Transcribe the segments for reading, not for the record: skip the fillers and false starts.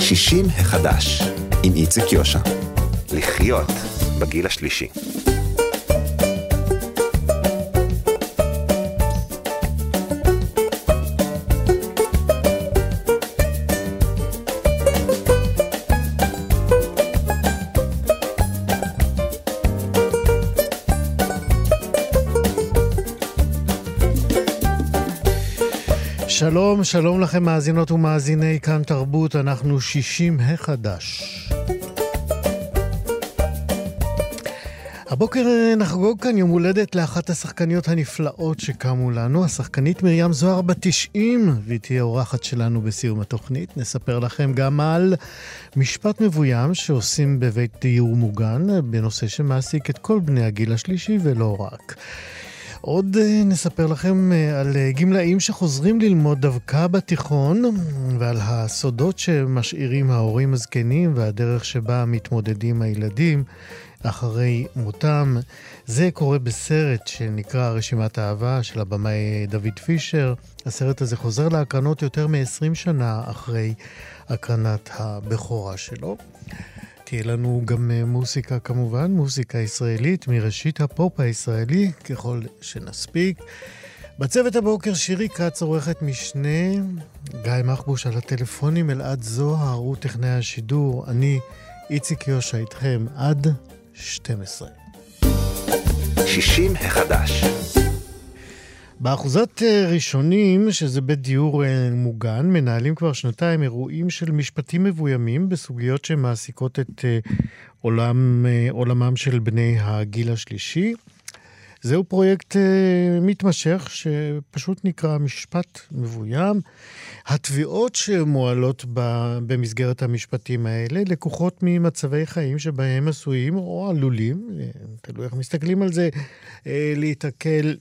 60 החדש, עם איציק יושע. לחיות בגיל השלישי. שלום, שלום לכם מאזינות ומאזיני כאן תרבות, אנחנו 60 החדש. הבוקר נחגוג כאן יום הולדת לאחת השחקניות הנפלאות שקמו לנו, השחקנית מרים זוהר בת 90, והיא תהיה אורחת שלנו בסיום התוכנית. נספר לכם גם על משפט מבוים שעושים בבית דיור מוגן, בנושא שמעסיק את כל בני הגיל השלישי ולא רק. עוד נספר לכם על גמלאים שחוזרים ללמוד דווקא בתיכון, ועל הסודות שמשאירים ההורים הזקנים והדרך שבה מתמודדים הילדים אחרי מותם. זה קורה בסרט שנקרא רשימת האהבה של הבמאי דוד פישר. הסרט הזה חוזר להקרנות יותר מ-20 שנה אחרי הקרנת הבכורה שלו. תהיה לנו גם מוסיקה כמובן, מוסיקה ישראלית מראשית הפופ הישראלי, ככל שנספיק. בצוות הבוקר שירי כץ עורכת משנה, גיא מחבוש על הטלפונים, אלעד זוהר הוא טכנאי השידור, אני איציק יושע איתכם עד 12. 60 החדש. באחוזת ראשונים, שזה בית דיור מוגן, מנהלים כבר שנתיים אירועים של משפטים מבוימים בסוגיות שמעסיקות את עולמם של בני הגיל השלישי. זהו פרויקט מתמשך שפשוט נקרא משפט מבוים. התביעות שמועלות במסגרת המשפטים האלה לקוחות ממצבי חיים שבהם עשויים או עלולים, תלוי איך מסתכלים על זה, להתקל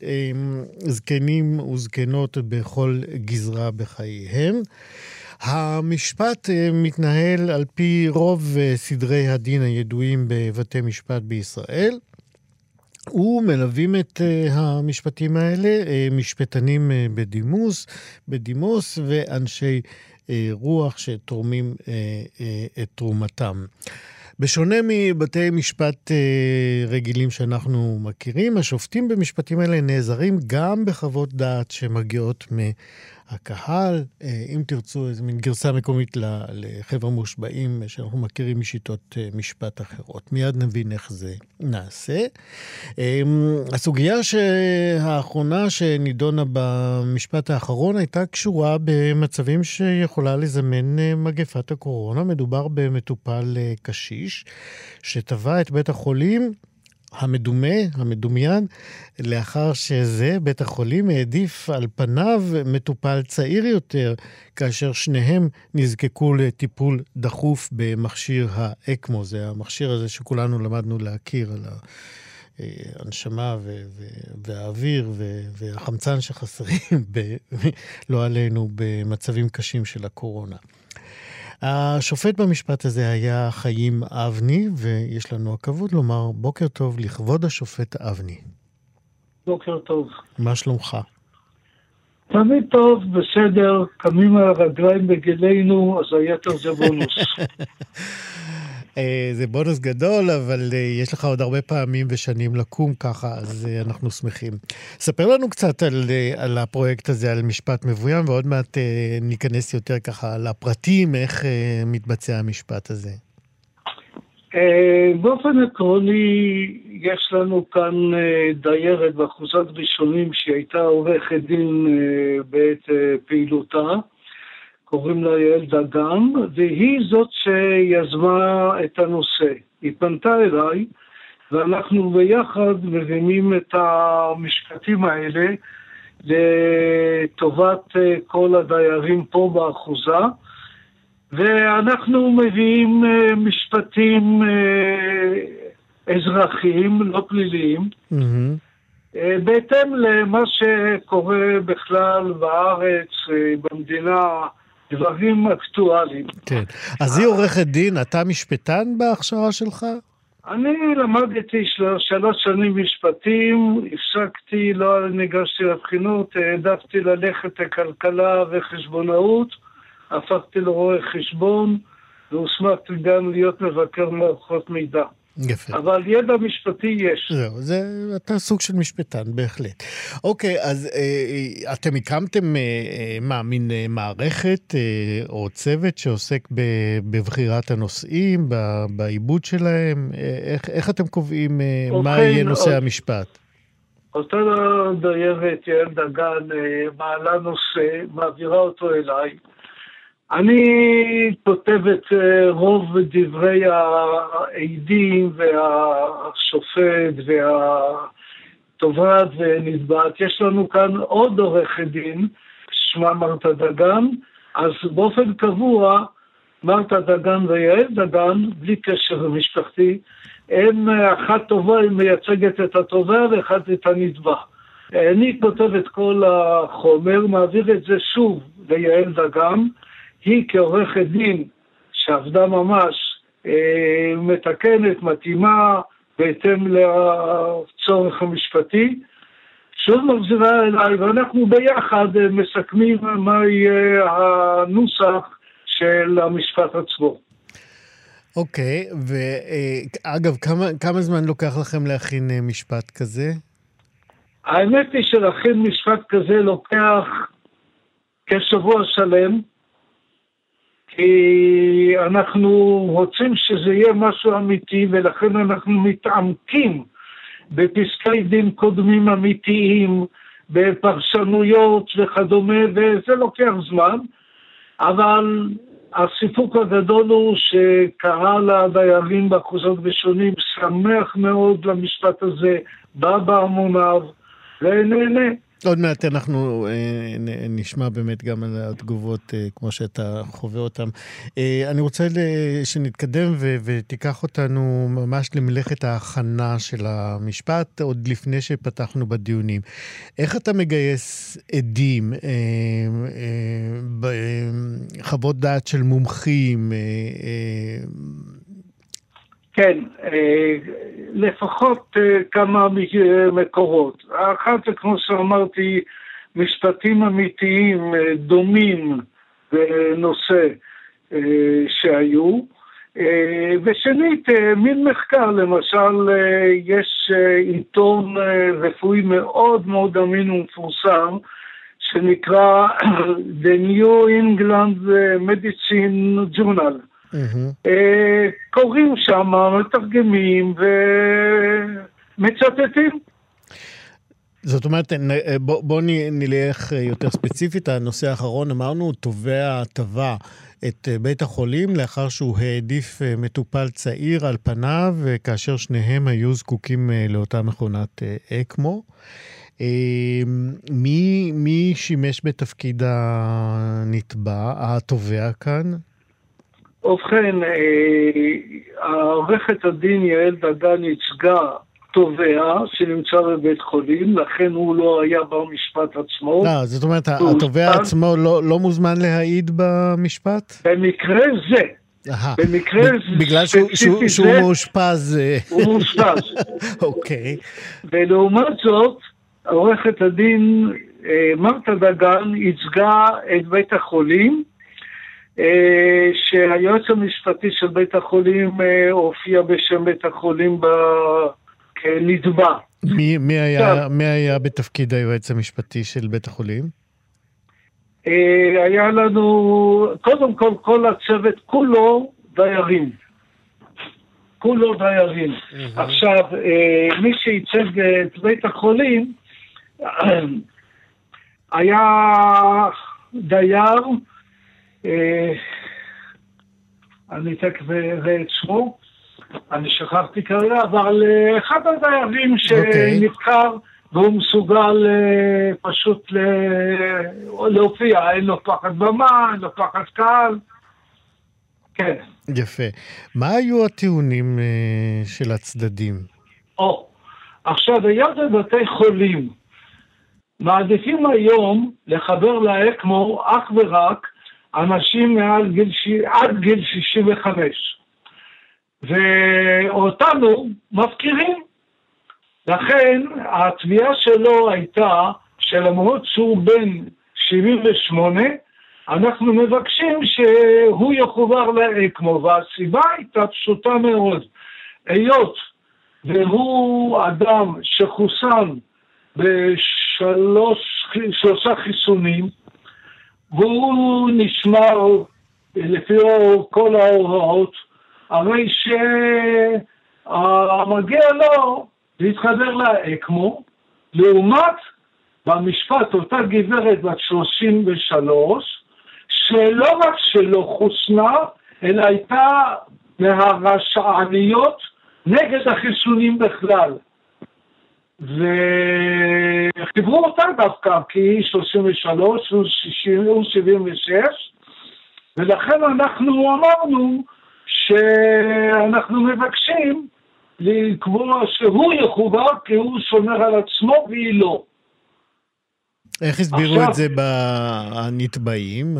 זקנים וזקנות בכל גזרה בחייהם. המשפט מתנהל על פי רוב סדרי הדין הידועים בבתי משפט בישראל, ומלווים את המשפטים האלה משפטנים בדימוס ואנשי רוח שתורמים את תרומתם. בשונה מבתי משפט רגילים שאנחנו מכירים, השופטים במשפטים האלה נעזרים גם בחוות דעת שמגיעות מהקהל, אם תרצו איזו מין גרסה מקומית לחבר מושבעים שאנחנו מכירים משיטות משפט אחרות. מיד נבין איך זה נעשה. הסוגיה האחרונה שנידונה במשפט האחרון הייתה קשורה במצבים שיכולה לזמן מגפת הקורונה. מדובר במטופל קשיש שטבע את בית החולים המדומיין, לאחר שזה, בית החולים, העדיף על פניו מטופל צעיר יותר, כאשר שניהם נזקקו לטיפול דחוף במכשיר האקמו. זה המכשיר הזה שכולנו למדנו להכיר, על הנשמה והאוויר והחמצן שחסרים, לא עלינו, במצבים קשים של הקורונה. השופט במשפט הזה היה חיים אבני, ויש לנו הכבוד לומר בוקר טוב לכבוד השופט אבני. בוקר טוב. מה שלומך? תמיד טוב, בסדר, קמים על הרגליים בגילנו, אז היתר זה בונוס. זה בונוס גדול, אבל יש לך עוד הרבה פעמים ושנים לקום ככה, אז אנחנו שמחים. ספר לנו קצת על הפרויקט הזה, על משפט מבוים, ועוד מעט ניכנס יותר ככה לפרטים, איך מתבצע המשפט הזה. באופן עקרוני, יש לנו כאן דיירת באחוזת ראשונים, שהיא הייתה עורכת דין בעת פעילותה, קוראים לה יעל דגן, והיא זאת שיזמה את הנושא. היא פנתה אליי, ואנחנו ביחד מבינים את המשפטים האלה לטובת כל הדיירים פה באחוזה, ואנחנו מביאים משפטים אזרחיים, לא פליליים, בהתאם למה שקורה בכלל בארץ, במדינה, דברים אקטואליים. כן. אז היא עורכת דין, אתה משפטן בהכשרה שלך? אני למדתי 3 שנים משפטים, הפסקתי, לא ניגשתי לבחינות, העדפתי ללכת לכלכלה וחשבונאות, הפכתי לרואה חשבון, והוסמכתי גם להיות מבקר מערכות מידע. יפה. אבל ידע משפטי יש. זהו, אתה סוג של משפטן, בהחלט. אוקיי, אז אתם הקמתם מין מערכת או צוות שעוסק בבחירת הנושאים, בעיבוד שלהם? איך אתם קובעים מה יהיה נושא המשפט? אותה דיירת, יעל דגן, מעלה נושא, מעבירה אותו אליי. אני כותב את רוב דברי העדים והשופט והתובעת ונתבעת. יש לנו כאן עוד עורכת דין, שמה מרתה דגן, אז באופן קבוע, מרתה דגן ויעל דגן, בלי קשר משפחתי, הם אחת טובה, היא מייצגת את התובע ואחת את הנתבע. אני כותב את כל החומר, מעביר את זה שוב ליעל דגן, היא כעורכת דין שעבדה ממש מתקנת, מתאימה, בהתאם לצורך המשפטי, שוב מחזירה אליי, ואנחנו ביחד מסכמים מה יהיה הנוסח של המשפט עצמו. אוקיי, ואגב, כמה זמן לוקח לכם להכין משפט כזה? האמת היא שלהכין משפט כזה לוקח כשבוע שלם, כי אנחנו רוצים שזה יהיה משהו אמיתי, ולכן אנחנו מתעמקים בפסקי דין קודמים אמיתיים, בפרשנויות וכדומה, וזה לוקח זמן, אבל הסיפוק הגדול הוא שקהל הדיירים באחוזות ושונים שמח מאוד למשפט הזה, בא בהמוניו ונהנה. עוד מעט אנחנו נשמע באמת גם על התגובות כמו שאתה חווה אותם. אני רוצה שנתקדם ותיקח אותנו ממש למלאכת ההכנה של המשפט, עוד לפני שפתחנו בדיונים. איך אתה מגייס עדים, חוות דעת של מומחים? כן, לפחות כמה מקורות. האחת זה, כמו שאמרתי, משפטים אמיתיים דומים בנושא שהיו. ושנית, מין מחקר, למשל, יש עיתון רפואי מאוד מאוד אמין ומפורסם, שנקרא The New England Medicine Journal. קוראים שם, מתרגמים ומצטטים. זאת אומרת, בוא נלך יותר ספציפית. הנושא האחרון, אמרנו, תובע תבע את בית החולים לאחר שהוא העדיף מטופל צעיר על פניו, כאשר שניהם היו זקוקים לאותה מכונת אקמו. מי שימש בתפקיד הנתבע, התובע כאן? ובכן, העורכת הדין יעל דגן ייצגה תובע שנמצא בבית חולים, לכן הוא לא היה במשפט עצמו. זאת אומרת, התובע עצמו לא מוזמן להעיד במשפט? במקרה זה. בגלל שהוא מאושפז. הוא מאושפז. אוקיי. ולעומת זאת, עורכת הדין מרתה דגן ייצגה את בית החולים, שהיועץ המשפטי של בית החולים הופיע בשם בית החולים כנתבע. מי היה בתפקיד היועץ המשפטי של בית החולים? היה לנו, קודם כל הצוות כולו דיירים. כולו דיירים. עכשיו, מי שייצג את בית החולים, היה דייר, אני תכף אראה את שמו, אני שכחתי כרגע, אבל אחד הדיירים שנבחר והוא מסוגל פשוט להופיע, אין לו פחד במה, אין לו פחד קהל. כן. יפה. מה היו הטיעונים של הצדדים? עכשיו, היות בבתי חולים מעדיפים היום לחבר לאקמו אך ורק אנשים עד גיל 65. ואותנו מפקירים. לכן התביעה שלו הייתה שלמרות שהוא בן 78, אנחנו מבקשים שהוא יחובר לאקמו, והסיבה הייתה פשוטה מאוד. היות והוא אדם שחוסן בשלושה חיסונים, והוא נשמר לפי כל ההוראות, הרי שמגיע לו להתחבר לאקמו, לעומת במשפט אותה גברת בת 33, שלא רק שלא חוסנה, אלא הייתה מהרשעניות נגד החיסונים בכלל. וחיברו אותה דווקא, כי היא 33, הוא 76, ולכן אנחנו אמרנו שאנחנו מבקשים לקבוע שהוא יחובר, כי הוא שומר על עצמו והיא לא. איך הסבירו את זה בנתבעים,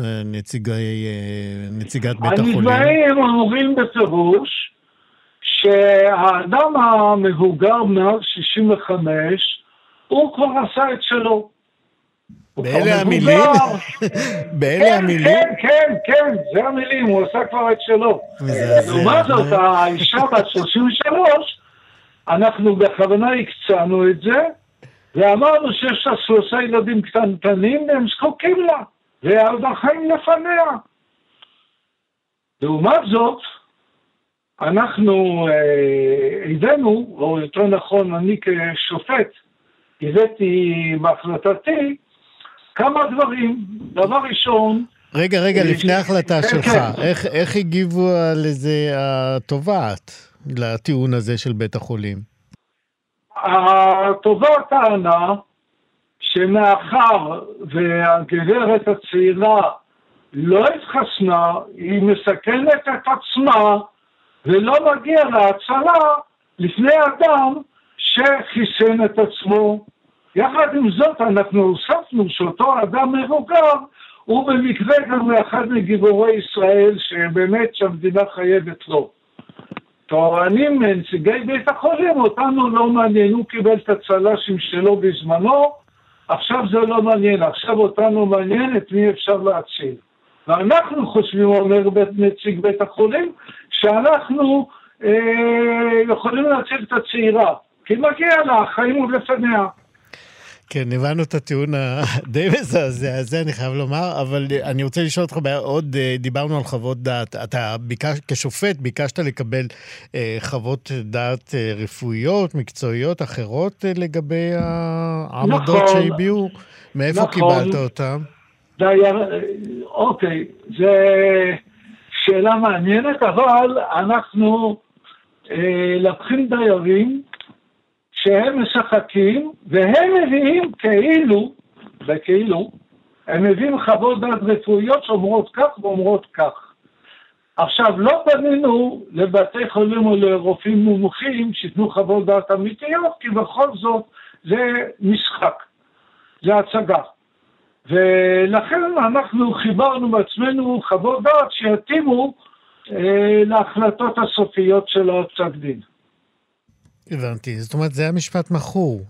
נציגת בית החולים? הנתבעים אומרים בפירוש שהאדם המבוגר מעל 65, הוא כבר עשה את שלו. באלה המילים? באלה המילים? כן, זה המילים, הוא עשה כבר את שלו. לעומת זאת, האישה בת 33, אנחנו בכוונה הקצנו את זה, ואמרנו שיש לה 3 ילדים קטנטנים, והם זקוקים לה, ועד החיים לפניה. לעומת זאת, אנחנו הבאנו, או יותר נכון, אני כשופט, הבאתי בהחלטתי כמה דברים. דבר ראשון... רגע, לפני ההחלטה שלך, איך הגיבו לזה התובעת, לטיעון הזה של בית החולים? התובעת טענה שמאחר והגברת הצעירה לא התחסנה, היא מסכנת את עצמה, ולא מגיע להצלה לפני אדם שחיסן את עצמו. יחד עם זאת אנחנו הוספנו שאותו אדם מבוגר הוא במקרה גם אחד מגיבורי ישראל שבאמת שהמדינה חייבת לו. טוענים נציגי בית החולים, אותנו לא מעניין, הוא קיבל את הצל"שים שלו בזמנו, עכשיו זה לא מעניין, עכשיו אותנו מעניין את מי אפשר להציל. ואנחנו חושבים, אומר נציג בית החולים, שאנחנו יכולים להציל את הצעירה, כי מגיע לה, החיים הוא לפניה. כן, הבנו את הטיעון הדי מזעזע הזה, אני חייב לומר, אבל אני רוצה לשאול אותך עוד, דיברנו על חוות דעת, אתה כשופט ביקשת לקבל חוות דעת רפואיות, מקצועיות, אחרות לגבי העמדות שהביאו, מאיפה קיבלת אותם? אוקיי, זו שאלה מעניינת, אבל אנחנו לקחים דיירים שהם משחקים, והם מביאים כאילו, הם מביאים חוות דעת רפואיות שאומרות כך ואומרות כך. עכשיו, לא פנינו לבתי חולים או לרופאים מומחים שיתנו חוות דעת אמיתיות, כי בכל זאת זה משחק, זה הצגה. ולכן אנחנו חיברנו בעצמנו חוות דעת שיתאימו להחלטות הסופיות של הפסק דין. הבנתי, זאת אומרת, זה המשפט מכור.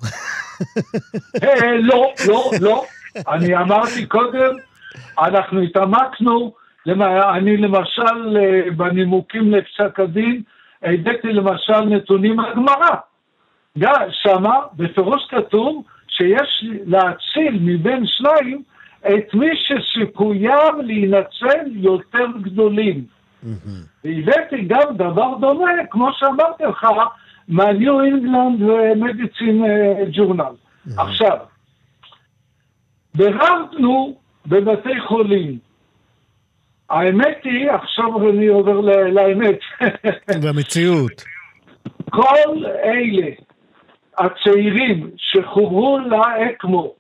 לא. אני אמרתי קודם, אנחנו התעמקנו, אני למשל בנימוקים לפסק הדין, הבאתי למשל נתונים מהגמרא. שמה, בפירוש כתוב, שיש להציל מבין שניים את מי שסיכוייו להינצל יותר גדולים. והבאתי גם דבר דומה, כמו שאמרתי לך, מהניו אינגלנד ומדיצין ג'ורנל. עכשיו, בררנו בבתי חולים. האמת היא, עכשיו אני עובר לאמת. במציאות. כל אלה, הצעירים שחוברו לאקמו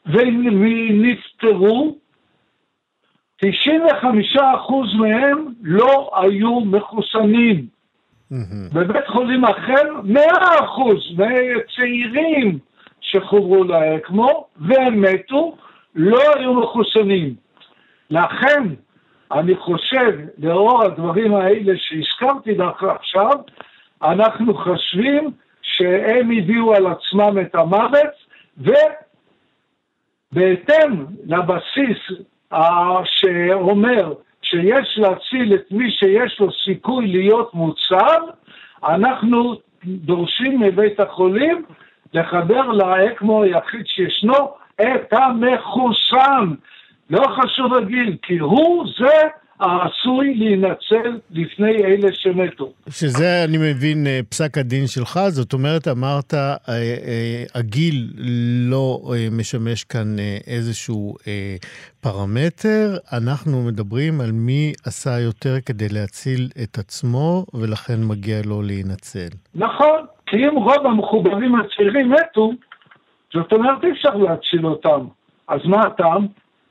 ונפטרו, 95% מהם לא היו מחוסנים. בבית חולים אחר, 100% מהצעירים שחוברו לאקמו והם מתו, לא היו מחוסנים. לכן, אני חושב, לאור הדברים האלה שהזכרתי לך עכשיו, אנחנו חושבים שהם הביאו על עצמם את המוות, ובהתאם לבסיס שאומר שיש להציל את מי שיש לו סיכוי להיות מוצב, אנחנו דורשים מבית החולים לחבר לאקמו היחיד שישנו את המחוסן. לא חשוב הגיל, כי הוא זה העשוי להינצל לפני אלה שמתו. שזה, אני מבין, פסק הדין שלך, זאת אומרת, אמרת, הגיל לא משמש כאן איזשהו פרמטר, אנחנו מדברים על מי עשה יותר כדי להציל את עצמו, ולכן מגיע לו להינצל. נכון, כי אם רוב המחוברים הצעירים מתו, זאת אומרת, אי אפשר להציל אותם. אז מה הטעם?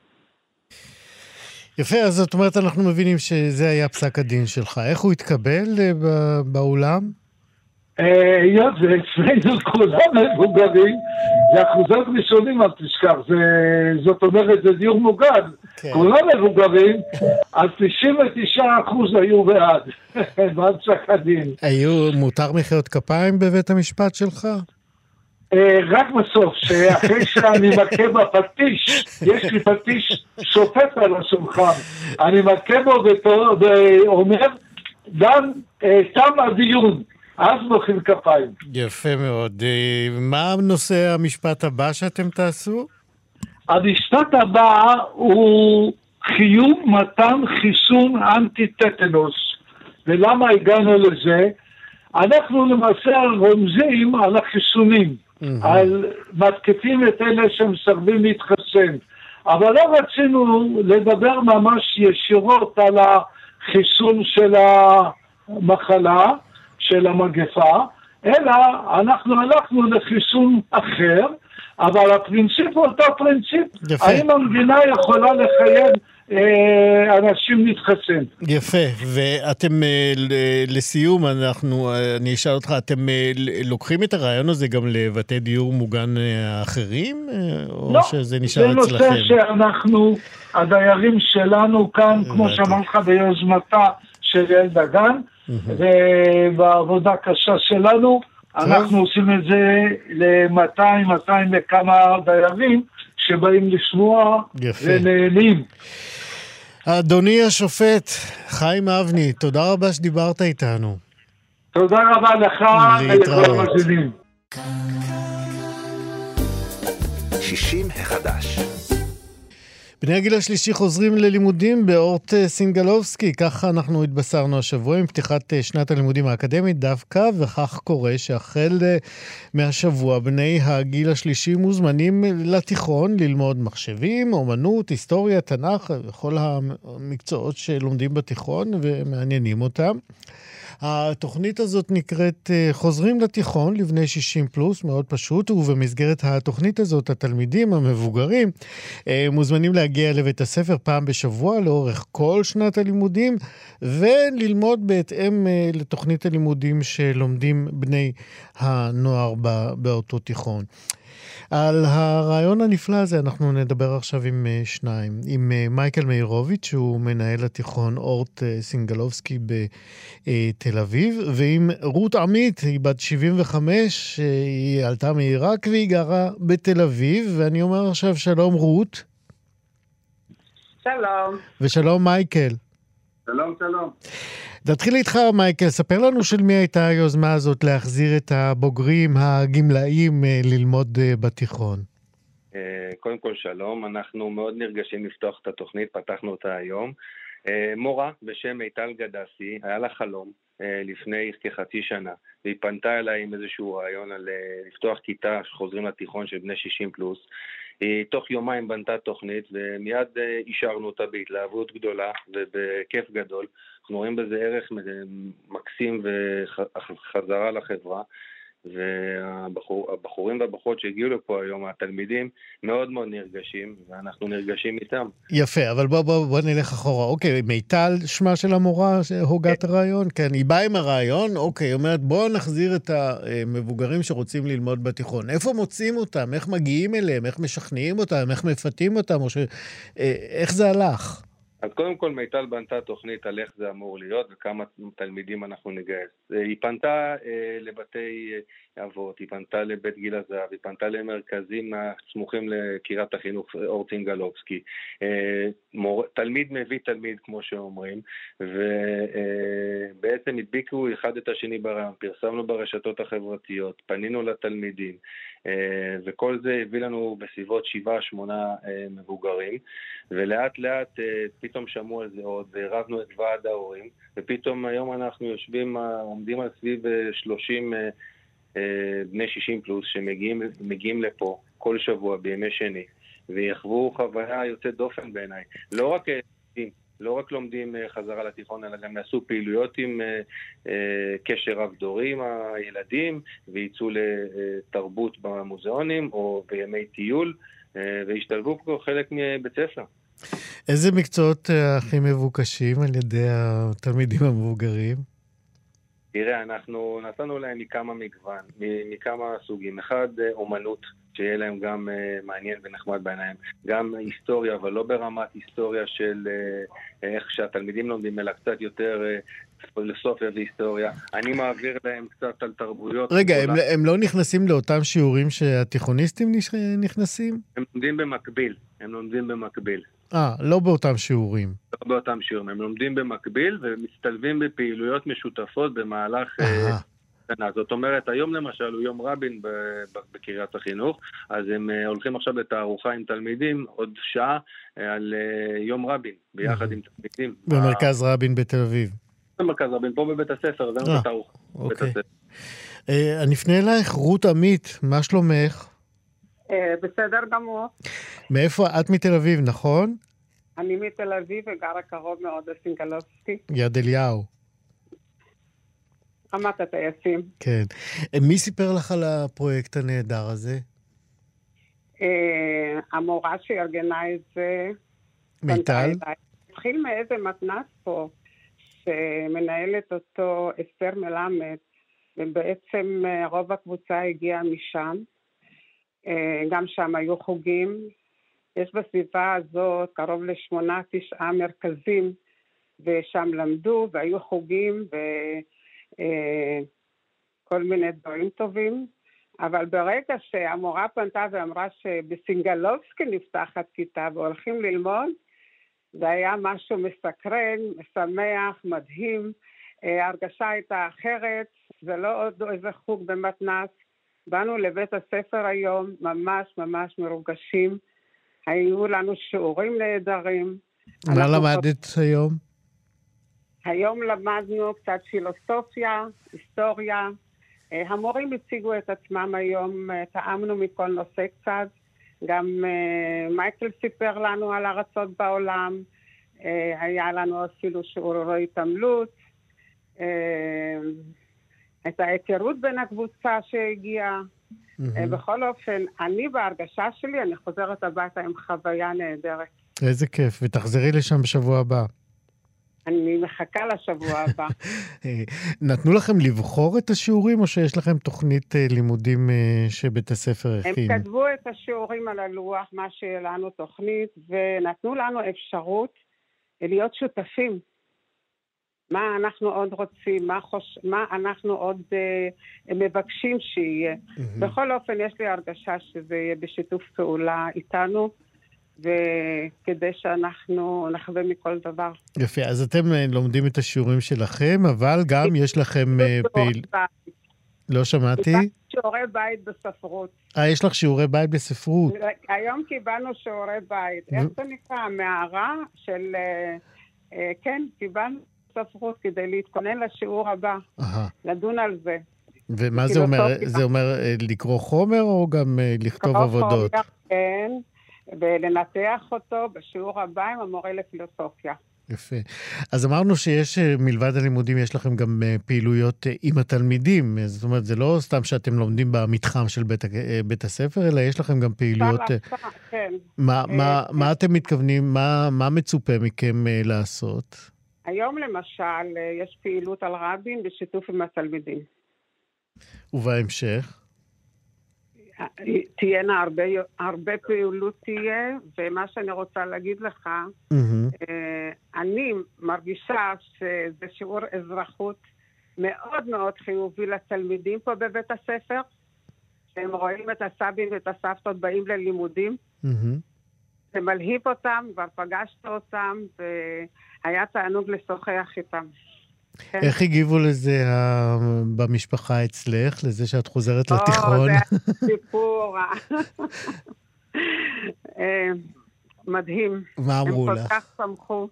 יפה, אז זאת אומרת, אנחנו מבינים שזה היה פסק הדין שלך. איך הוא התקבל באולם? זה אצלנו כולם מבוגרים, זה אחוזות ראשונים, אל תשכח, זאת אומרת, זה דיור מוגן. כולם מבוגרים, אז 99% היו בעד, בעד פסק הדין. היו מותר מחיאות כפיים בבית המשפט שלך? רק בסוף, שאחרי שאני מכה בפטיש, יש לי פטיש שופט על השולחן, אני מכה בו ואומר, גם תם הדיון, אז מוחאים כפיים. יפה מאוד. מה נושא המשפט הבא שאתם תעשו? המשפט הבא הוא חיוב מתן חיסון אנטי-טטנוס. ולמה הגענו לזה? אנחנו למעשה רומזים על החיסונים. על מתקפים את אלה שמסרבים להתחסן. אבל לא רצינו לדבר ממש ישירות על החיסון של המחלה, של המגפה, אלא אנחנו הלכנו לחיסון אחר, אבל הפרינציפ הוא אותו פרינציפ. יפה. האם המדינה יכולה לחייב אנשים להתחסן? יפה, ואתם לסיום, אני אשאל אותך, אתם לוקחים את הרעיון הזה גם לבתי דיור מוגן האחרים? או לא, שזה נשאר אצלכם? זה נושא שאנחנו, הדיירים שלנו כאן, כמו שאמרתי לך ביוזמתה של יעל דגן, ובעבודה קשה שלנו, אנחנו עושים את זה ל-200 וכמה דיירים שבאים לשמוע ונהנים. אדוני השופט, חיים אבני, תודה רבה שדיברת איתנו. תודה רבה לך ולכל המאזינים. 60 החדש. בני הגיל השלישי חוזרים ללימודים באורט סינגלובסקי, ככה אנחנו התבשרנו השבוע עם פתיחת שנת הלימודים האקדמית דווקא, וכך קורה שהחל מהשבוע בני הגיל השלישי מוזמנים לתיכון ללמוד מחשבים, אומנות, היסטוריה, תנ"ך, וכל המקצועות שלומדים בתיכון ומעניינים אותם. התוכנית הזאת נקראת חוזרים לתיכון לבני 60 פלוס, מאוד פשוט, ובמסגרת התוכנית הזאת התלמידים המבוגרים מוזמנים להגיע לבית הספר פעם בשבוע לאורך כל שנת הלימודים, וללמוד בהתאם לתוכנית הלימודים שלומדים בני הנוער באותו תיכון. על הרעיון הנפלא הזה אנחנו נדבר עכשיו עם שניים, עם מייקל מאירוביץ', שהוא מנהל התיכון אורט סינגלובסקי בתל אביב, ועם רות עמית, היא בת 75, היא עלתה מעיראק והיא גרה בתל אביב, ואני אומר עכשיו שלום רות. שלום. ושלום מייקל. שלום, שלום. נתחיל איתך מייקל, ספר לנו של מי הייתה היוזמה הזאת להחזיר את הבוגרים הגמלאים ללמוד בתיכון. קודם כל שלום, אנחנו מאוד נרגשים לפתוח את התוכנית, פתחנו אותה היום. מורה בשם מיטל גדסי, היה לה חלום לפני כחצי שנה, והיא פנתה אליי עם איזשהו רעיון על לפתוח כיתה שחוזרים לתיכון של בני 60 פלוס. היא תוך יומיים בנתה תוכנית ומיד אישרנו אותה בהתלהבות גדולה ובכיף גדול. אנחנו רואים בזה ערך מקסים וחזרה לחברה, והבחורים והבחורות שהגיעו לפה היום, התלמידים, מאוד מאוד נרגשים, ואנחנו נרגשים איתם. יפה, אבל בוא נלך אחורה. אוקיי, מיטל, שמה של המורה שהוגה את הרעיון? כן, היא באה עם הרעיון, אוקיי, היא אומרת, בואו נחזיר את המבוגרים שרוצים ללמוד בתיכון. איפה מוצאים אותם? איך מגיעים אליהם? איך משכנעים אותם? איך מפתים אותם? איך זה הלך? אז קודם כל מיטל בנתה תוכנית על איך זה אמור להיות וכמה תלמידים אנחנו נגייס. היא פנתה לבתי אבות, היא פנתה לבית גיל הזהב, היא פנתה למרכזים הסמוכים לקריית החינוך אורט סינגלובסקי. תלמיד מביא תלמיד, כמו שאומרים, ובעצם הדביקו אחד את השני ברעיון, פרסמנו ברשתות החברתיות, פנינו לתלמידים, וכל זה הביא לנו בסביבות 7-8 מבוגרים, ולאט לאט פתאום שמעו על זה עוד, והרבנו את ועד ההורים, ופתאום היום אנחנו עומדים על סביב 30 בני 60 פלוס שמגיעים לפה כל שבוע בימי שני, ויחוו חוויה יוצאת דופן בעיניי. לא רק לומדים חזרה לתיכון, אלא גם יעשו פעילויות עם קשר רב דורי עם הילדים, ויצאו לתרבות במוזיאונים או בימי טיול, והשתלבו פה חלק מבית ספר. איזה מקצועות הכי מבוקשים על ידי התלמידים המבוגרים? תראה, אנחנו נתנו להם מכמה סוגים. אחד, אומנות, שיהיה להם גם מעניין ונחמד בעיניים. גם היסטוריה, אבל לא ברמת היסטוריה של איך שהתלמידים לומדים, אלא קצת יותר פילוסופיה והיסטוריה. אני מעביר להם קצת על תרבויות. רגע, הם לא נכנסים לאותם שיעורים שהתיכוניסטים נכנסים? הם לומדים במקביל. לא באותם שיעורים. לא באותם שיעורים. הם לומדים במקביל ומצטלבים בפעילויות משותפות במהלך שנה. זאת אומרת, היום למשל הוא יום רבין בקריית החינוך, אז הם הולכים עכשיו לתערוכה עם תלמידים עוד שעה על יום רבין, ביחד עם תלמידים. במרכז רבין בתל אביב. במרכז רבין, פה בבית הספר, זה לא תערוכה. אוקיי. אני אפנה אלייך, רות עמית, מה שלומך? בסדר גמור. מאיפה? את מתל אביב, נכון? אני מתל אביב וגרה קרוב מאוד לסינגלובסקי. יד אליהו. רמת הטייסים. כן. מי סיפר לך על הפרויקט הנהדר הזה? המורה שארגנה את זה. מיטל? התחיל מאיזה מתנ"ס פה, שמנהלת אותו אסתר מלמד, ובעצם רוב הקבוצה הגיעה משם. גם שם היו חוגים. יש בסביבה הזאת קרוב ל8-9 מרכזים, ושם למדו והיו חוגים וכל מיני דברים טובים. אבל ברגע שהמורה פנתה ואמרה שבסינגלובסקי נפתחת כיתה והולכים ללמוד, זה היה משהו מסקרן, משמח, מדהים. ההרגשה הייתה אחרת, זה לא עוד איזה חוג במתנ"ס. באנו לבית הספר היום ממש ממש מרוגשים. היו לנו שיעורים נהדרים. מה למדת היום? היום למדנו קצת פילוסופיה, היסטוריה. המורים הציגו את עצמם היום, טעמנו מכל נושא קצת. גם מייקל סיפר לנו על ארצות בעולם. היה לנו אפילו שיעורי התעמלות. את ההיכרות בין הקבוצה שהגיעה. בכל אופן, אני בהרגשה שלי, אני חוזרת הביתה עם חוויה נהדרת. איזה כיף, ותחזרי לשם בשבוע הבא. אני מחכה לשבוע הבא. נתנו לכם לבחור את השיעורים, או שיש לכם תוכנית לימודים שבית הספר הכין? הם כתבו את השיעורים על הלוח, מה שלנו תוכנית, ונתנו לנו אפשרות להיות שותפים. מה אנחנו עוד רוצים, מה אנחנו עוד מבקשים שיהיה. בכל אופן, יש לי הרגשה שזה יהיה בשיתוף פעולה איתנו, וכדי שאנחנו נחווה מכל דבר. יפה, אז אתם לומדים את השיעורים שלכם, אבל גם יש לכם פעיל... לא שמעתי? שיעורי בית בספרות. יש לך שיעורי בית בספרות? היום קיבלנו שיעורי בית. איך זה נקרא? המערה של... כן, קיבלנו ספרות כדי להתכונן לשיעור הבא. לדון על זה. ומה זה אומר? זה אומר לקרוא חומר או גם לכתוב עבודות? כן, ולנתח אותו בשיעור הבא עם המורה לפילוסופיה. יפה. אז אמרנו שיש מלבד הלימודים, יש לכם גם פעילויות עם התלמידים. זאת אומרת, זה לא סתם שאתם לומדים במתחם של בית הספר, אלא יש לכם גם פעילויות... כן. מה אתם מתכוונים, מה מצופה מכם לעשות? היום למשל יש פעילות על רבין בשיתוף עם התלמידים. ובהמשך? תהיינה הרבה פעילות תהיה, ומה שאני רוצה להגיד לך, אני מרגישה שזה שיעור אזרחות מאוד מאוד חיובי לתלמידים פה בבית הספר, שהם רואים את הסבים ואת הסבתות באים ללימודים, זה מלהיב אותם, כבר פגשת אותם, והיה תענוג לשוחח איתם. כן. איך הגיבו לזה במשפחה אצלך, לזה שאת חוזרת לתיכון? זה סיפור. מדהים. מה אמרו לך? הם כל כך שמחו.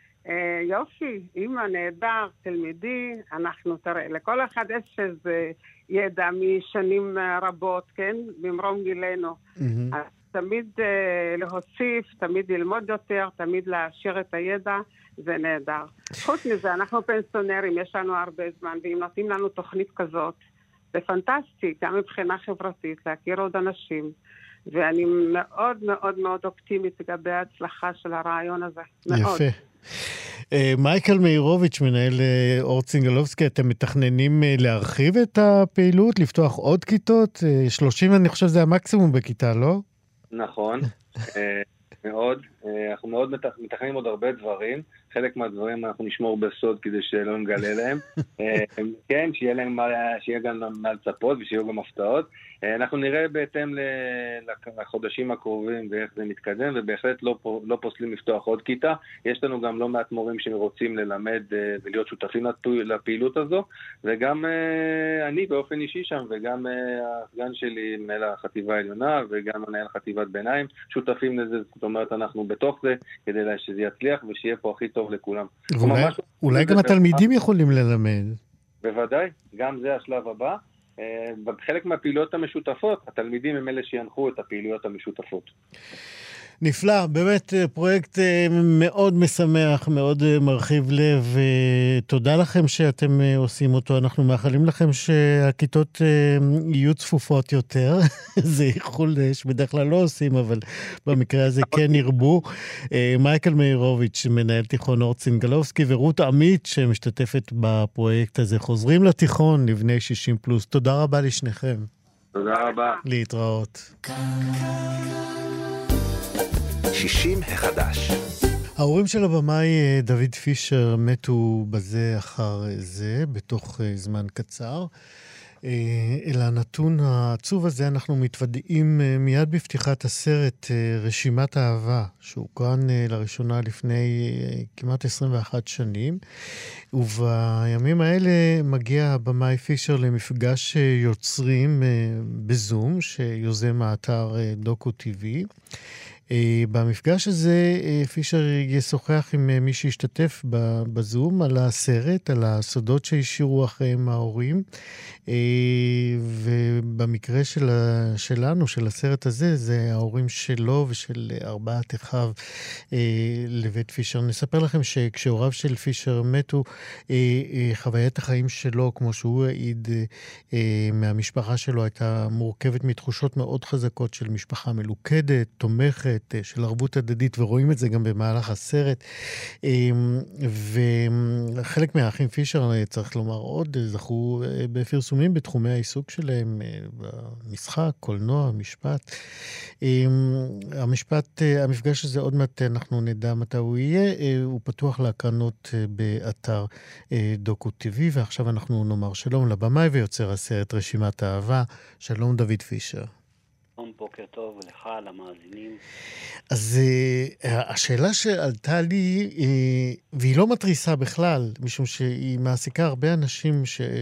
יופי, אמא נהדר, תלמידי, אנחנו תראה, לכל אחד יש איזה ידע משנים רבות, כן? במרום גילנו. אז תמיד להוסיף, תמיד ללמוד יותר, תמיד להשאיר את הידע, זה נהדר. חוץ מזה, אנחנו פנסיונרים, יש לנו הרבה זמן, ואם נותנים לנו תוכנית כזאת, זה פנטסטי, גם מבחינה חברתית, להכיר עוד אנשים, ואני מאוד מאוד מאוד אופטימית לגבי ההצלחה של הרעיון הזה. מאוד. יפה. מייקל מאירוביץ', מנהל אורט סינגלובסקי, אתם מתכננים להרחיב את הפעילות, לפתוח עוד כיתות? 30 אני חושב זה המקסימום בכיתה, לא? נכון, מאוד. אנחנו מאוד מתכננים עוד הרבה דברים. חלק מהדברים אנחנו נשמור בסוד כדי שלא נגלה להם. כן, שיהיה גם מה לצפות ושיהיו גם הפתעות. אנחנו נראה בהתאם לחודשים הקרובים ואיך זה מתקדם, ובהחלט לא פוסלים לפתוח עוד כיתה. יש לנו גם לא מעט מורים שרוצים ללמד ולהיות שותפים לפעילות הזו, וגם אני באופן אישי שם, וגם הסגן שלי, מנהל החטיבה העליונה, וגם מנהל חטיבת ביניים, שותפים לזה. זאת אומרת, אנחנו בתוך זה, כדי שזה יצליח ושיהיה פה הכי טוב לכולם. אולי גם התלמידים יכולים ללמד. בוודאי, גם זה השלב הבא. בחלק מהפעילויות המשותפות, התלמידים הם אלה שינחו את הפעילויות המשותפות. נפלא, באמת פרויקט מאוד משמח, מאוד מרחיב לב, תודה לכם שאתם עושים אותו, אנחנו מאחלים לכם שהכיתות יהיו צפופות יותר, זה איחול שבדרך כלל לא עושים, אבל במקרה הזה כן ירבו. מייקל מאירוביץ', מנהל תיכון אורט סינגלובסקי, ורות עמית שמשתתפת בפרויקט הזה, חוזרים לתיכון לבני 60 פלוס, תודה רבה לשניכם. תודה רבה. להתראות. 60 החדש. ההורים של הבמאי דוד פישר מתו בזה אחר זה, בתוך זמן קצר. אל הנתון העצוב הזה אנחנו מתוודעים מיד בפתיחת הסרט רשימת אהבה, שהוקרן לראשונה לפני כמעט 21 שנים, ובימים האלה מגיע הבמאי פישר למפגש יוצרים בזום, שיוזם האתר דוקו טיווי. במפגש הזה פישר ישוחח עם מי שהשתתף בזום על הסרט, על הסודות שהשאירו אחריהם ההורים, ובמקרה שלנו, של הסרט הזה, זה ההורים שלו ושל 4 אחיו לבית פישר. נספר לכם שכשהוריו של פישר מתו, חוויית החיים שלו, כמו שהוא העיד מהמשפחה שלו, הייתה מורכבת מתחושות מאוד חזקות של משפחה מלוכדת, תומכת, של ערבות הדדית, ורואים את זה גם במהלך הסרט. וחלק מהאחים פישר, צריך לומר עוד, זכו בפרסומים בתחומי העיסוק שלהם, במשחק, קולנוע, משפט. המפגש הזה עוד מעט אנחנו נדע מתי הוא יהיה, הוא פתוח להקרנות באתר דוקו טיווי, ועכשיו אנחנו נאמר שלום לבמאי ויוצר הסרט רשימת אהבה. שלום דוד פישר. בוקר טוב לך, למאזינים. אז השאלה שעלתה לי, והיא לא מטריסה בכלל, משום שהיא מעסיקה הרבה אנשים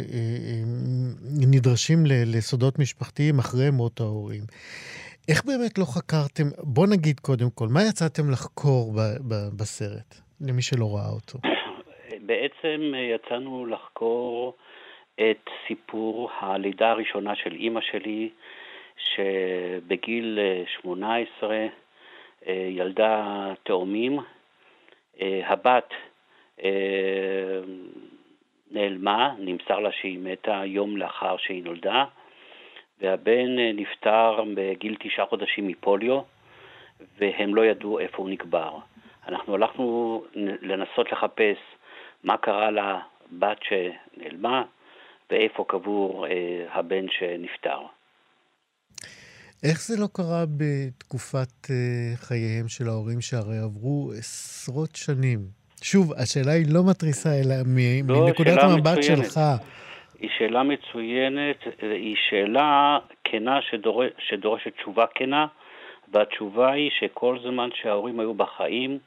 שנדרשים לסודות משפחתיים אחרי מות ההורים. איך באמת לא חקרתם, בוא נגיד קודם כל, מה יצאתם לחקור בסרט, למי שלא ראה אותו? בעצם יצאנו לחקור את סיפור הלידה הראשונה של אמא שלי, שבגיל 18 ילדה תאומים. הבת נעלמה, נמסר לה שהיא מתה יום לאחר שהיא נולדה, והבן נפטר בגיל 9 חודשים מפוליו, והם לא ידעו איפה הוא נקבר. אנחנו הלכנו לנסות לחפש מה קרה לבת שנעלמה, ואיפה קבור הבן שנפטר. איך זה לא קרה בתקופת חייהם של ההורים שהרי עברו עשרות שנים? שוב, השאלה היא לא מטריסה, אלא מנקודת המבט שלך. היא שאלה מצוינת, היא שאלה כנה שדורשת תשובה כנה, והתשובה היא שכל זמן שההורים היו בחיים,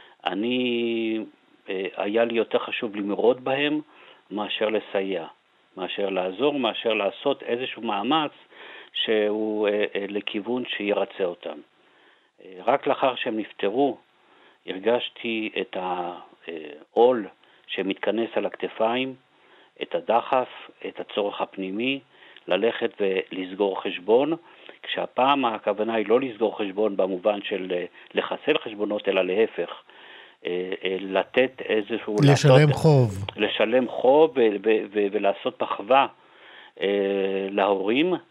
היה לי יותר חשוב למרוד בהם מאשר לסייע, מאשר לעזור, מאשר לעשות איזשהו מאמץ שהוא לכיוון שירצה אותם. רק לאחר שהם נפטרו, הרגשתי את העול שמתכנס על הכתפיים, את הדחף, את הצורך הפנימי, ללכת ולסגור חשבון, כשהפעם הכוונה היא לא לסגור חשבון במובן של לחסל חשבונות, אלא להפך, לתת איזשהו... לשלם חוב ולעשות מחווה להורים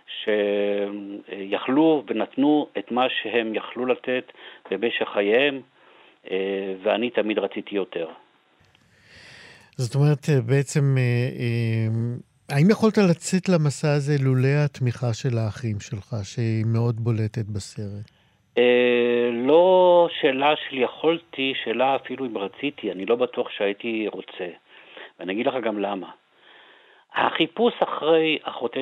שיכלו ונתנו את מה שהם יכלו לתת במשך חייהם, ואני תמיד רציתי יותר. זאת אומרת, בעצם, האם יכולת לצאת למסע הזה לולא התמיכה של האחים שלך, שהיא מאוד בולטת בסרט? לא שאלה של יכולתי, שאלה אפילו אם רציתי, אני לא בטוח שהייתי רוצה. ואני אגיד לך גם למה. החיפוש אחרי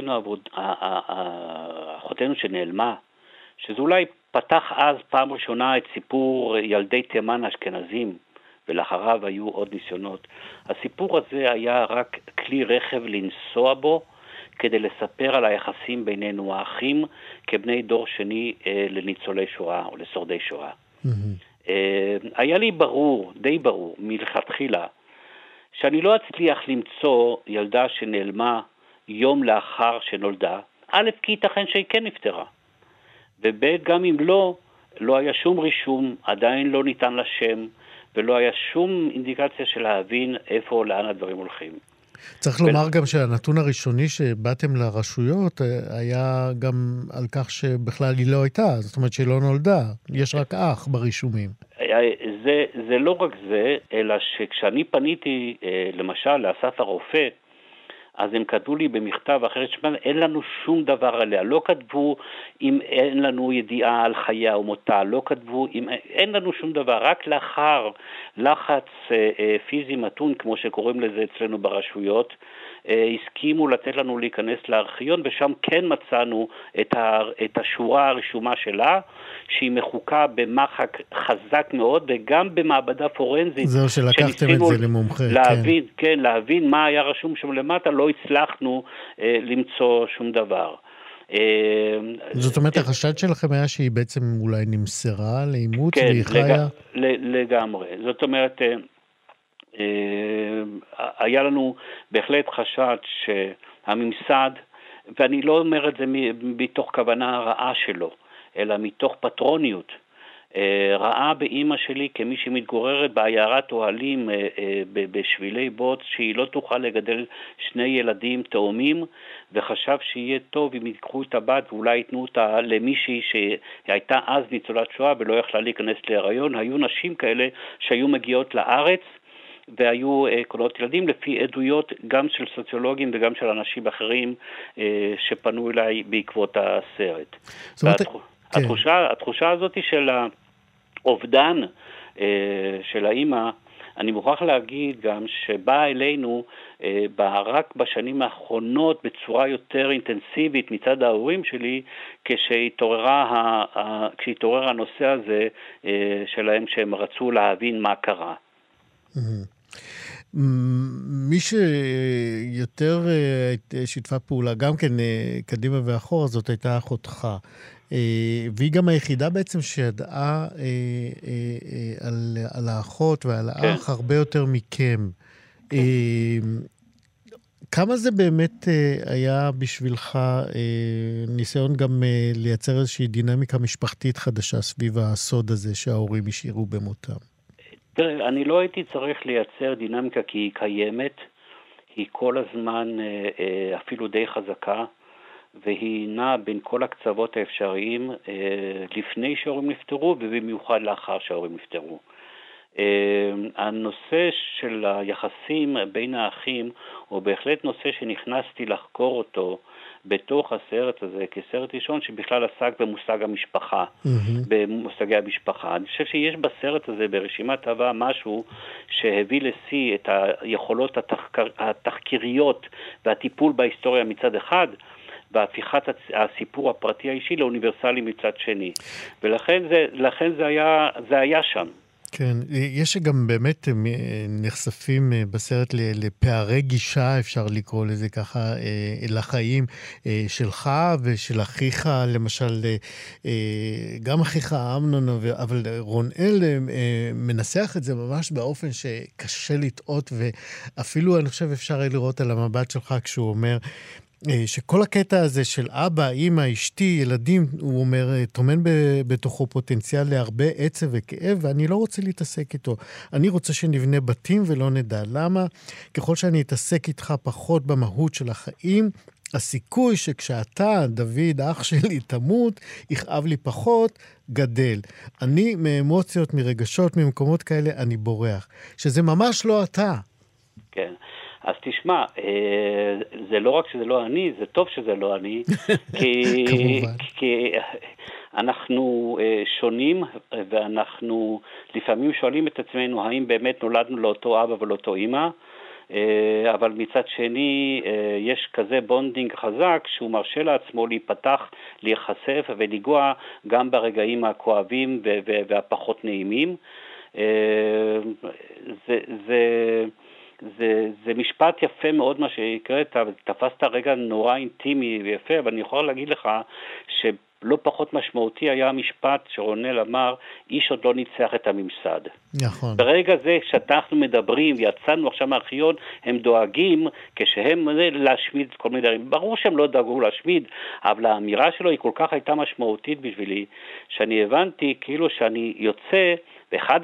אחותנו שנעלמה, שזה אולי פתח אז פעם ראשונה את סיפור ילדי תימן האשכנזים, ולאחריו היו עוד ניסיונות. הסיפור הזה היה רק כלי רכב לנסוע בו, כדי לספר על היחסים בינינו האחים, כבני דור שני לניצולי שואה או לשורדי שואה. היה לי די ברור, מלכתחילה, שאני לא אצליח למצוא ילדה שנעלמה יום לאחר שנולדה, א', כי ייתכן שהיא כן נפטרה. וב', גם אם לא היה שום רישום, עדיין לא ניתן לה שם, ולא היה שום אינדיקציה של להבין איפה או לאן הדברים הולכים. צריך לומר גם שהנתון הראשוני שבאתם לרשויות היה גם על כך שבכלל היא לא הייתה, זאת אומרת שהיא לא נולדה, יש רק אח ברישומים. זה לא רק זה, אלא שכשאני פניתי למשל לאסף הרופא, אז הם כתבו לי במכתב אחרת אין לנו שום דבר עליה, לא כתבו אם אין לנו ידיעה על חיה או מותה, לא כתבו אין לנו שום דבר, רק לאחר לחץ פיזי מתון, כמו שקוראים לזה אצלנו ברשויות, הסכימו לתת לנו להיכנס לארכיון, ושם כן מצאנו את השורה הרשומה שלה, שהיא מחוקה במחק חזק מאוד, וגם במעבדה פורנזית. זהו שלקחתם את זה למומחה. להבין מה היה רשום שם למטה, לא הצלחנו למצוא שום דבר. זאת אומרת, החשד שלכם היה שהיא בעצם אולי נמסרה לאימוץ והיא חיה? לגמרי. זאת אומרת, היה לנו בהחלט חשד שהממסד, ואני לא אומר את זה מתוך כוונה רעה שלו, אלא מתוך פטרוניות, ראה באמא שלי כמי שמתגוררת בעיירת אוהלים בשבילי בוץ, שהיא לא תוכל לגדל שני ילדים תאומים, וחשב שיהיה טוב אם יקחו את הבת ואולי ייתנו אותה למישהי שהייתה אז ניצולת שואה ולא יכלה להיכנס להיריון. היו נשים כאלה שהיו מגיעות לארץ והיו קולות ילדים, לפי עדויות גם של סוציולוגים וגם של אנשים אחרים שפנו אליי בעקבות הסרט. התחושה הזאת של האובדן של האמא, אני מוכרח להגיד גם שבאה אלינו רק בשנים האחרונות בצורה יותר אינטנסיבית מצד ההורים שלי, כשהתעורר הנושא הזה שלהם שהם רצו להבין מה קרה. מי שיותר שיתפה פעולה, גם כן קדימה ואחורה, זאת הייתה אחותך. והיא גם היחידה בעצם שידעה על האחות ועל האח הרבה יותר מכם. כמה זה באמת היה בשבילך ניסיון גם לייצר איזושהי דינמיקה משפחתית חדשה סביב הסוד הזה שההורים השאירו במותם? תראה, אני לא הייתי צריך לייצר דינמיקה כי היא קיימת, היא כל הזמן אפילו די חזקה, והיא נעה בין כל הקצוות האפשריים לפני שההורים נפטרו ובמיוחד לאחר שההורים נפטרו. הנושא של היחסים בין האחים הוא בהחלט נושא שנכנסתי לחקור אותו בתוך הסרט הזה, כסרט ראשון שבכלל עסק במושג המשפחה, במושגי המשפחה. אני חושב שיש בסרט הזה, ברשימת הבאה, משהו שהביא לשיא את היכולות התחקיריות והטיפול בהיסטוריה מצד אחד, והפיכת הסיפור הפרטי האישי לאוניברסלי מצד שני. ולכן זה היה שם. כן, יש גם באמת נחשפים בסרט לפערי גישה, אפשר לקרוא לזה ככה, לחיים שלך ושל אחיך, למשל, גם אחיך אמנון, אבל רונאל מנסח את זה ממש באופן שקשה לטעות, ואפילו אני חושב אפשר לראות על המבט שלך כשהוא אומר, שכל הקטע הזה של אבא, אמא, אשתי, ילדים, הוא אומר, תומן בתוכו פוטנציאל להרבה עצב וכאב, ואני לא רוצה להתעסק איתו. אני רוצה שנבנה בתים ולא נדע. למה? ככל שאני אתעסק איתך פחות במהות של החיים, הסיכוי שכשאתה, דוד, אח שלי, תמות, יכאב לי פחות, גדל. אני מאמוציות, מרגשות, ממקומות כאלה, אני בורח. שזה ממש לא אתה. כן. אז תשמע, זה לא רק שזה לא אני, זה טוב שזה לא אני, כי אנחנו שונים, ואנחנו לפעמים שואלים את עצמנו, האם באמת נולדנו לאותו אבא ולאותו אמא, אבל מצד שני יש כזה בונדינג חזק שהוא מרשה לעצמו להיפתח, להיחשף ולגוע גם ברגעים הכואבים והפחות נעימים. זה משפט יפה מאוד מה שהקראת, תפסת רגע נורא אינטימי ויפה, אבל אני יכול להגיד לך שלא פחות משמעותי היה המשפט שרונל אמר, איש עוד לא ניצח את הממסד. נכון. ברגע זה שאנחנו מדברים ויצאנו עכשיו מהארכיון, הם דואגים כשהם להשמיד כל מיני דברים. ברור שהם לא דאגו להשמיד, אבל האמירה שלו היא כל כך הייתה משמעותית בשבילי, שאני הבנתי כאילו שאני יוצא, ואחד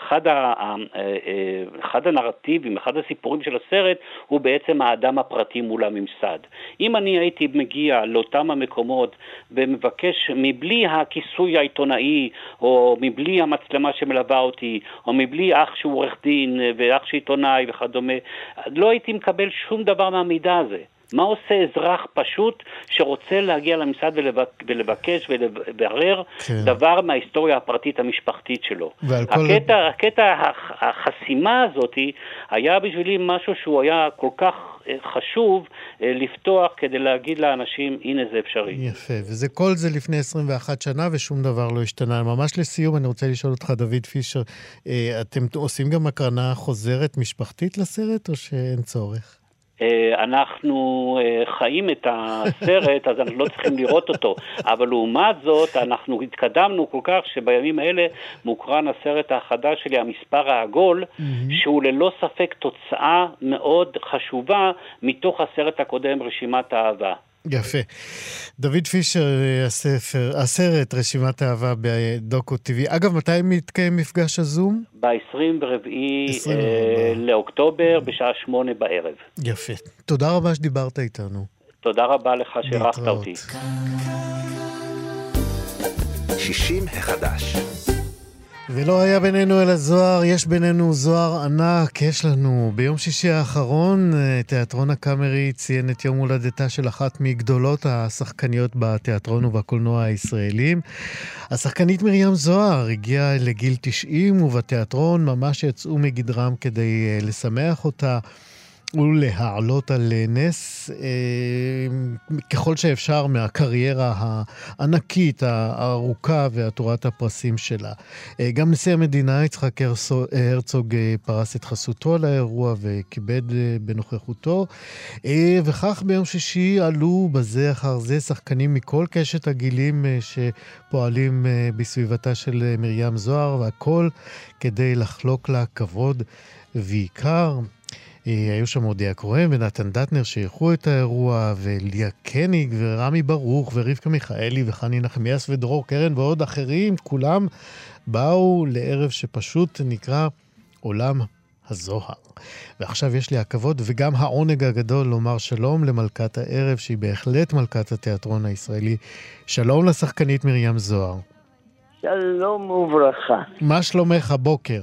הנרטיבים, אחד הסיפורים של הסרט, הוא בעצם האדם הפרטי מול הממסד. אם אני הייתי מגיע לאותם המקומות ומבקש מבלי הכיסוי העיתונאי, או מבלי המצלמה שמלווה אותי, או מבלי אח שהוא עורך דין ואח שעיתונאי וכדומה, לא הייתי מקבל שום דבר מהמידע הזה. מה עושה אזרח פשוט שרוצה להגיע לממסד ולבקש ולברר דבר מההיסטוריה הפרטית המשפחתית שלו? הקטע החסימה הזאת היה בשבילי משהו שהוא היה כל כך חשוב לפתוח כדי להגיד לאנשים, הנה זה אפשרי. יפה, וזה כל זה לפני 21 שנה ושום דבר לא השתנה. ממש לסיום, אני רוצה לשאול אותך, דוד פישר, אתם עושים גם הקרנה חוזרת משפחתית לסרט או שאין צורך? אנחנו חיים את הסרט, אז אנחנו לא צריכים לראות אותו, אבל לעומת זאת אנחנו התקדמנו כל כך שבימים האלה מוקרן הסרט החדש שלי, המספר העגול, שהוא ללא ספק תוצאה מאוד חשובה מתוך הסרט הקודם, רשימת האהבה. יפה. דוד פישר, הסרט רשימת האהבה בדוקו טבעי. אגב, מתי מתקיים מפגש הזום? ב-24 לאוקטובר בשעה 8 בערב. יפה. תודה רבה שדיברת איתנו. תודה רבה לך שערכת אותי. 60 החדש. ולא היה בינינו אלא זוהר, יש בינינו זוהר ענק, יש לנו. ביום שישי האחרון, תיאטרון הקאמרי ציין את יום הולדתה של אחת מגדולות השחקניות בתיאטרון ובקולנוע הישראלים. השחקנית מרים זוהר הגיעה לגיל 90, ובתיאטרון ממש יצאו מגדרם כדי לשמח אותה. ולהעלות על נס ככל שאפשר מהקריירה הענקית, הארוכה ועטורת הפרסים שלה. גם נשיא המדינה יצחק הרצוג פרס את חסותו על האירוע וכיבד בנוכחותו, וכך ביום שישי עלו בזה אחר זה שחקנים מכל קשת הגילים שפועלים בסביבתה של מרים זוהר, והכל כדי לחלוק לה כבוד ועיקר. היו שם אודיה כהן ונתן דטנר שערכו את האירוע, וליה קניג ורמי ברוך ורבקה מיכאלי וחני נחמיאס ודרור קרן ועוד אחרים, כולם באו לערב שפשוט נקרא עולם הזוהר. ועכשיו יש לי הכבוד וגם העונג הגדול לומר שלום למלכת הערב, שהיא בהחלט מלכת התיאטרון הישראלי. שלום לשחקנית מרים זוהר. שלום וברכה. מה שלומך הבוקר?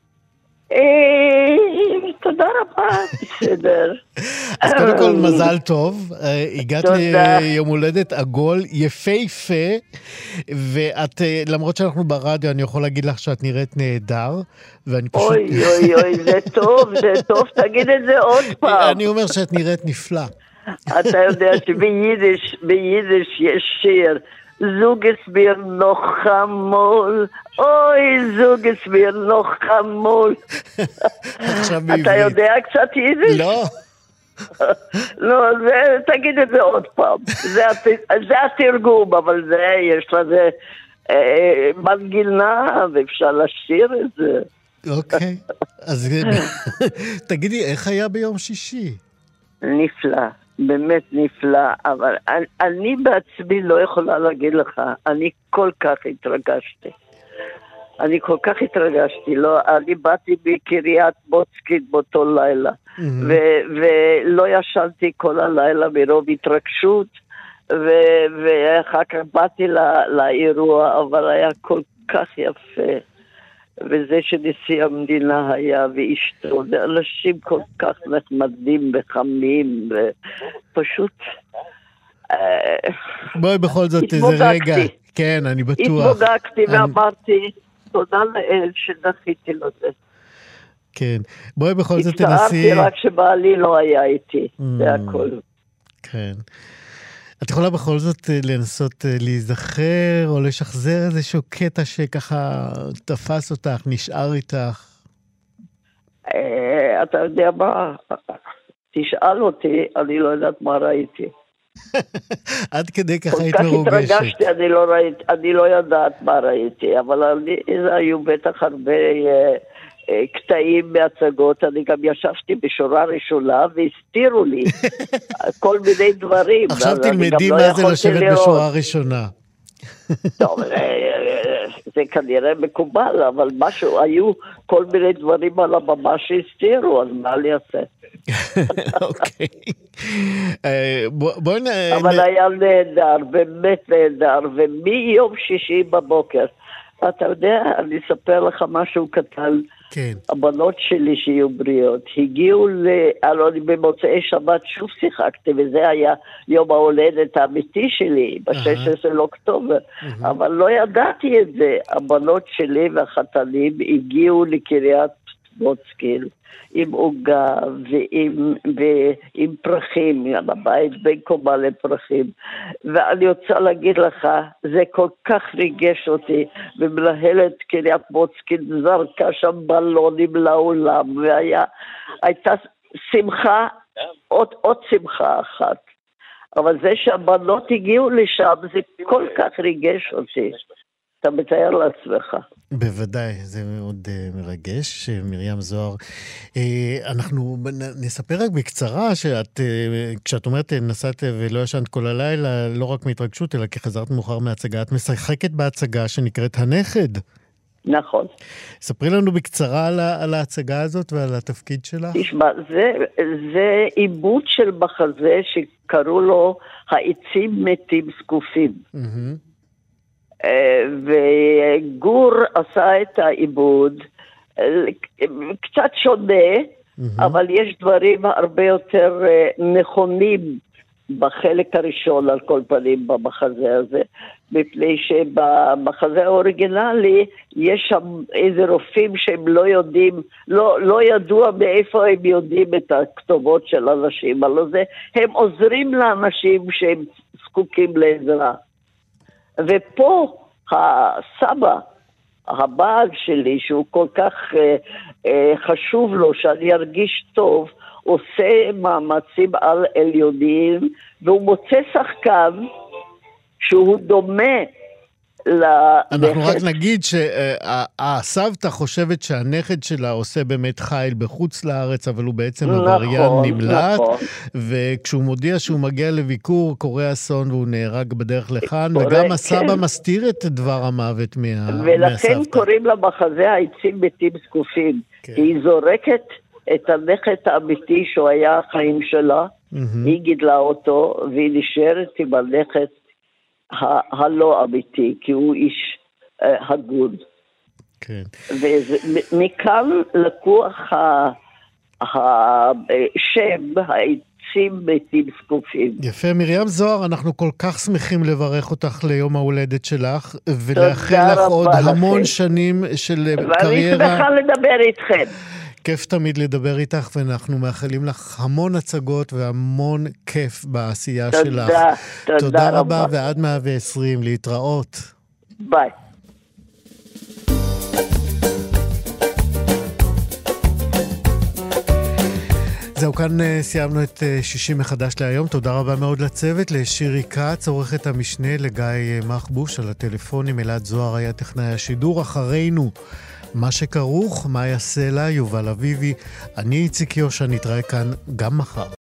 תודה רבה, בסדר. אז קודם כל מזל טוב, הגעת ליום הולדת עגול, יפהפה, ואת, למרות שאנחנו ברדיו, אני יכול להגיד לך שאת נראית נהדר, ואני פשוט... אוי, זה טוב, תגיד את זה עוד פעם. אני אומר שאת נראית נפלא. אתה יודע שביידיש יש שיר, זוגס ביר נוח חמול, אוי זוגס ביר נוח חמול. אתה יודע קצת יידיש? לא. לא, תגיד את זה עוד פעם. זה התרגום, אבל יש לזה מנגינה, ואפשר לשיר את זה. אוקיי. אז תגידי, איך היה ביום שישי? נפלא, באמת נפלא, אבל אני בעצמי לא יכולה להגיד לך, אני כל כך התרגשתי. לא, אני באתי בקריית מוצקין באותו לילה, ולא ישנתי כל הלילה מרוב התרגשות, ואחר כך באתי לאירוע, אבל היה כל כך יפה. וזה שנשיא המדינה היה ואשתו, זה אנשים כל כך נחמדים וחמים, ופשוט בואי בכל זאת איזה רגע. כן, אני בטוח. התמוגגתי ואמרתי, תודה לאל שזכיתי לזה. כן, בואי בכל זאת תנסי. הצטערתי רק שבעלי לא היה איתי, זה הכל. כן. את יכולה בכל זאת לנסות להיזכר או לשחזר איזשהו קטע שככה תפס אותך, נשאר איתך? אתה יודע מה? תשאל אותי, אני לא יודעת מה ראיתי. עד כדי ככה היית מרוגשת. כל כך התרגשתי, אני לא יודעת מה ראיתי, אבל היו בטח הרבה קטעים בהצגות, אני גם ישבתי בשורה ראשונה והסתירו לי כל מיני דברים. עכשיו תלמדי מה זה לשבת בשורה ראשונה. טוב, זה כנראה מקובל, אבל משהו, היו כל מיני דברים על הבמה שהסתירו, אז מה לי עשה? אוקיי. אבל היה נהדר, באמת נהדר, ומיום שישי בבוקר, אתה יודע, אני אספר לך משהו קטן. כן. הבנות שלי שיהיו בריאות, הגיעו אני במוצאי שבת שוב שיחקתי, וזה היה יום ההולדת האמיתי שלי, ב-16 לאוקטובר, אבל לא ידעתי את זה. הבנות שלי והחתנים הגיעו לקריית מוצקין, עם עוגה ועם פרחים, הבית בין קומה לפרחים, ואני רוצה להגיד לך, זה כל כך ריגש אותי, ומנהלת קריית מוצקין זרקה שם בלונים לעולם, והייתה שמחה, עוד שמחה אחת, אבל זה שהבנות הגיעו לשם, זה כל כך ריגש אותי. אתה מתאר לעצמך. בוודאי, זה מאוד מרגש, מרים זוהר. אנחנו נספר רק בקצרה, כשאת אומרת נסעת ולא ישנת כל הלילה, לא רק מהתרגשות, אלא כי חזרת מאוחר מהצגה, את משחקת בהצגה שנקראת הנכד. נכון. ספרי לנו בקצרה על ההצגה הזאת ועל התפקיד שלה. תשמע, זה עיבוד של מחזה שקראו לו העצים מתים זקופים. וגור עשה את העיבוד קצת שונה, אבל יש דברים הרבה יותר נכונים בחלק הראשון על כל פנים במחזה הזה, מפני שבמחזה האוריגינלי יש שם איזה רופאים שהם לא יודעים, לא ידוע מאיפה הם יודעים את הכתובות של אנשים, אבל זה, הם עוזרים לאנשים שהם זקוקים לעזרה. ופה הסבא, הבעל שלי, שהוא כל כך חשוב לו שאני ארגיש טוב, עושה מאמצים על עליונים, והוא מוצא שחקן שהוא דומה אנחנו רק נגיד שהסבתא חושבת שהנכד שלה עושה באמת חייל בחוץ לארץ, אבל הוא בעצם עבריין נמלט, וכשהוא מודיע שהוא מגיע לביקור, קורה אסון והוא נהרג בדרך לכאן, וגם הסבא מסתיר את דבר המוות מהסבתא. ולכן קוראים למחזה העצים מתים זקופים, כי היא זורקת את הנכד האמיתי שהוא היה החיים שלה, היא גידלה אותו, והיא נשארת עם הנכד הלא אמיתי, כי הוא איש הגון. כן. ומכאן לקוח השם, העצים מתים זקופים. יפה, מרים זוהר, אנחנו כל כך שמחים לברך אותך ליום ההולדת שלך, ולאחל לך עוד המון שנים של קריירה. ואני שמחה לדבר איתכם. כיף תמיד לדבר איתך, ואנחנו מאחלים לך המון הצגות והמון כיף בעשייה שלך. תודה רבה, ועד 120, להתראות. ביי. זהו, כאן סיימנו את 60 מחדש להיום. תודה רבה מאוד לצוות, לשירי קץ, עורכת המשנה, לגיא מחבוש על הטלפונים, אלעד זוהר היה טכנאי השידור. אחרינו מה שכרוך, מאיה סלע, יובל אביבי, אני איציק יושע, נתראה כאן גם מחר.